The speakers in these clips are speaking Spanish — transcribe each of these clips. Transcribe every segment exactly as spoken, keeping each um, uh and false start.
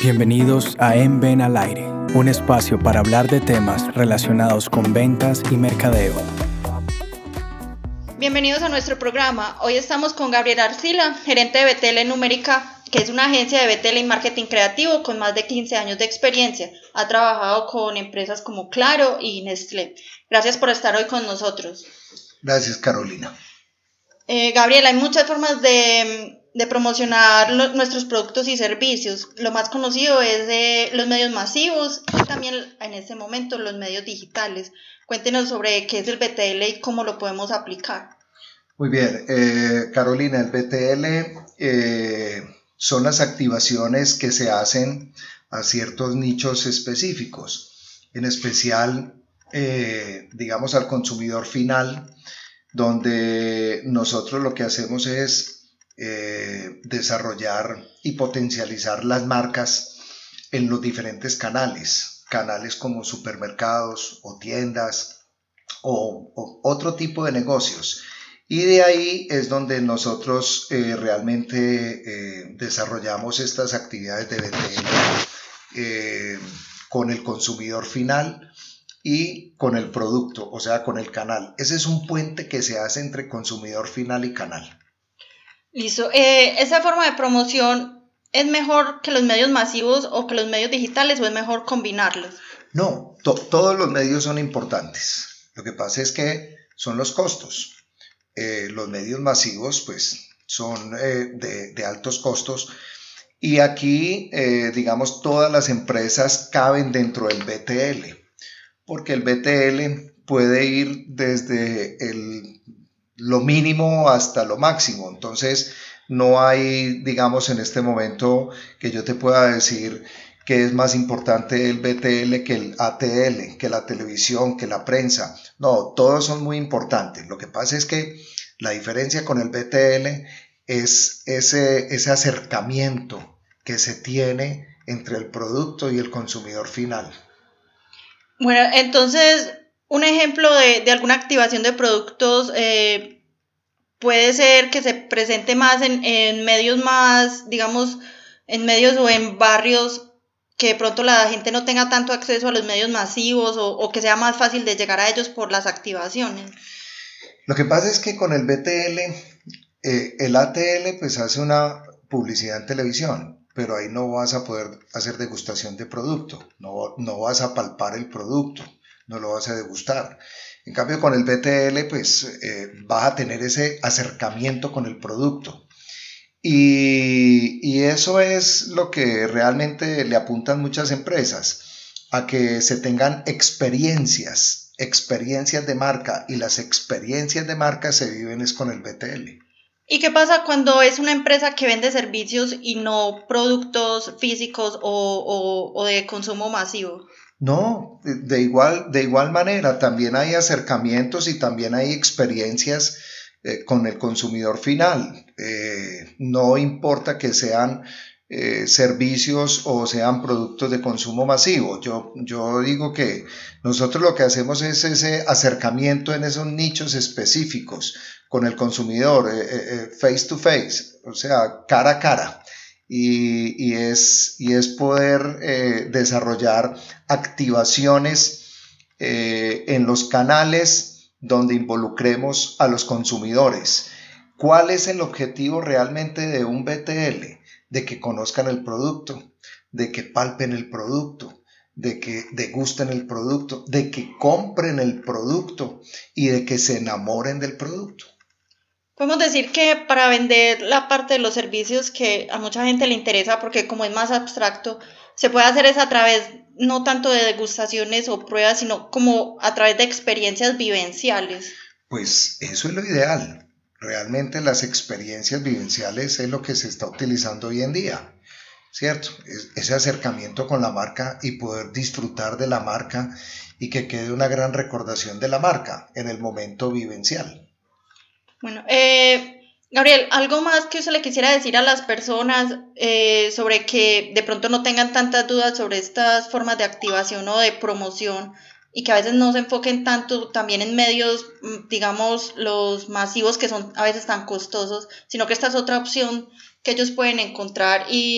Bienvenidos a En Ven al Aire, un espacio para hablar de temas relacionados con ventas y mercadeo. Bienvenidos a nuestro programa. Hoy estamos con Gabriel Arcila, gerente de B T L Numérica, que es una agencia de B T L y marketing creativo con más de quince años de experiencia. Ha trabajado con empresas como Claro y Nestlé. Gracias por estar hoy con nosotros. Gracias, Carolina. Eh, Gabriel, hay muchas formas de, de promocionar lo, nuestros productos y servicios. Lo más conocido es de los medios masivos y también en este momento los medios digitales. Cuéntenos sobre qué es el B T L y cómo lo podemos aplicar. Muy bien, eh, Carolina, el B T L eh, son las activaciones que se hacen a ciertos nichos específicos, en especial, eh, digamos, al consumidor final, donde nosotros lo que hacemos es eh, desarrollar y potencializar las marcas en los diferentes canales, canales como supermercados o tiendas o, o otro tipo de negocios. Y de ahí es donde nosotros eh, realmente eh, desarrollamos estas actividades de B T L eh, con el consumidor final y con el producto, o sea, con el canal. Ese es un puente que se hace entre consumidor final y canal. Listo. Eh, ¿esa forma de promoción es mejor que los medios masivos o que los medios digitales o es mejor combinarlos? No, to- todos los medios son importantes. Lo que pasa es que son los costos. Eh, los medios masivos, pues, son eh, de, de altos costos. Y aquí, eh, digamos, todas las empresas caben dentro del B T L. Porque el B T L puede ir desde el, lo mínimo hasta lo máximo. Entonces, no hay, digamos, en este momento que yo te pueda decir que es más importante el B T L que el A T L, que la televisión, que la prensa. No, todos son muy importantes. Lo que pasa es que la diferencia con el B T L es ese, ese acercamiento que se tiene entre el producto y el consumidor final. Bueno, entonces, un ejemplo de, de alguna activación de productos eh, puede ser que se presente más en, en medios más, digamos, en medios o en barrios que de pronto la gente no tenga tanto acceso a los medios masivos o, o que sea más fácil de llegar a ellos por las activaciones. Lo que pasa es que con el B T L, eh, el A T L pues hace una publicidad en televisión, pero ahí no vas a poder hacer degustación de producto, no, no vas a palpar el producto, no lo vas a degustar. En cambio con el B T L pues eh, vas a tener ese acercamiento con el producto. Y, y eso es lo que realmente le apuntan muchas empresas, a que se tengan experiencias, experiencias de marca, y las experiencias de marca se viven es con el B T L. ¿Y qué pasa cuando es una empresa que vende servicios y no productos físicos o, o, o de consumo masivo? No, de igual, de igual manera, también hay acercamientos y también hay experiencias eh, con el consumidor final. Eh, no importa que sean eh, servicios o sean productos de consumo masivo. Yo, yo digo que nosotros lo que hacemos es ese acercamiento en esos nichos específicos con el consumidor, eh, eh, face to face, o sea, cara a cara. Y, y, es, y es poder eh, desarrollar activaciones eh, en los canales donde involucremos a los consumidores. ¿Cuál es el objetivo realmente de un B T L? De que conozcan el producto, de que palpen el producto, de que degusten el producto, de que compren el producto y de que se enamoren del producto. Podemos decir que para vender la parte de los servicios que a mucha gente le interesa porque como es más abstracto, se puede hacer es a través no tanto de degustaciones o pruebas, sino como a través de experiencias vivenciales. Pues eso es lo ideal. Realmente las experiencias vivenciales es lo que se está utilizando hoy en día, ¿cierto? Es, ese acercamiento con la marca y poder disfrutar de la marca y que quede una gran recordación de la marca en el momento vivencial. Bueno, eh, Gabriel, ¿algo más que usted le quisiera decir a las personas eh, sobre que de pronto no tengan tantas dudas sobre estas formas de activación o de promoción y que a veces no se enfoquen tanto también en medios, digamos, los masivos que son a veces tan costosos, sino que esta es otra opción que ellos pueden encontrar y,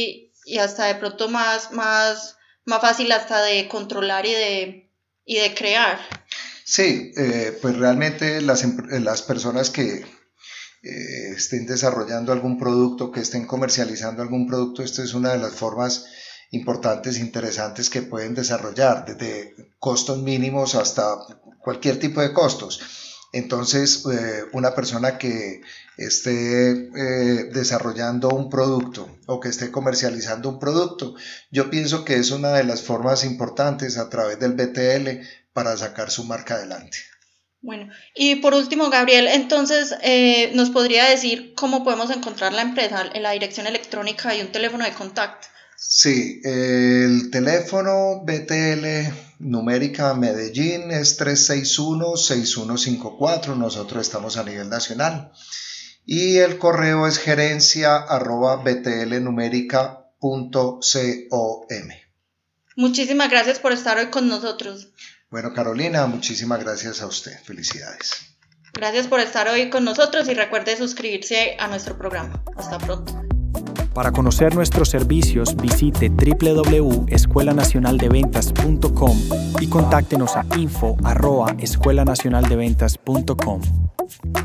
y hasta de pronto más, más, más fácil hasta de controlar y de, y de crear. Sí, eh, pues realmente las, las personas que eh, estén desarrollando algún producto, que estén comercializando algún producto, esto es una de las formas importantes, interesantes que pueden desarrollar, desde costos mínimos hasta cualquier tipo de costos. Entonces, eh, una persona que esté eh, desarrollando un producto o que esté comercializando un producto, yo pienso que es una de las formas importantes a través del B T L para sacar su marca adelante. Bueno, y por último, Gabriel, entonces, eh, ¿nos podría decir cómo podemos encontrar la empresa, la dirección electrónica y un teléfono de contacto? Sí, el teléfono B T L Numérica Medellín es tres seis uno, seis uno cinco cuatro, nosotros estamos a nivel nacional. Y el correo es gerencia arroba btlnumerica punto com. Muchísimas gracias por estar hoy con nosotros. Bueno, Carolina, muchísimas gracias a usted. Felicidades. Gracias por estar hoy con nosotros y recuerde suscribirse a nuestro programa. Hasta pronto. Para conocer nuestros servicios, visite doble u doble u doble u punto escuela nacional de ventas punto com y contáctenos a info arroba escuela nacional de ventas punto com.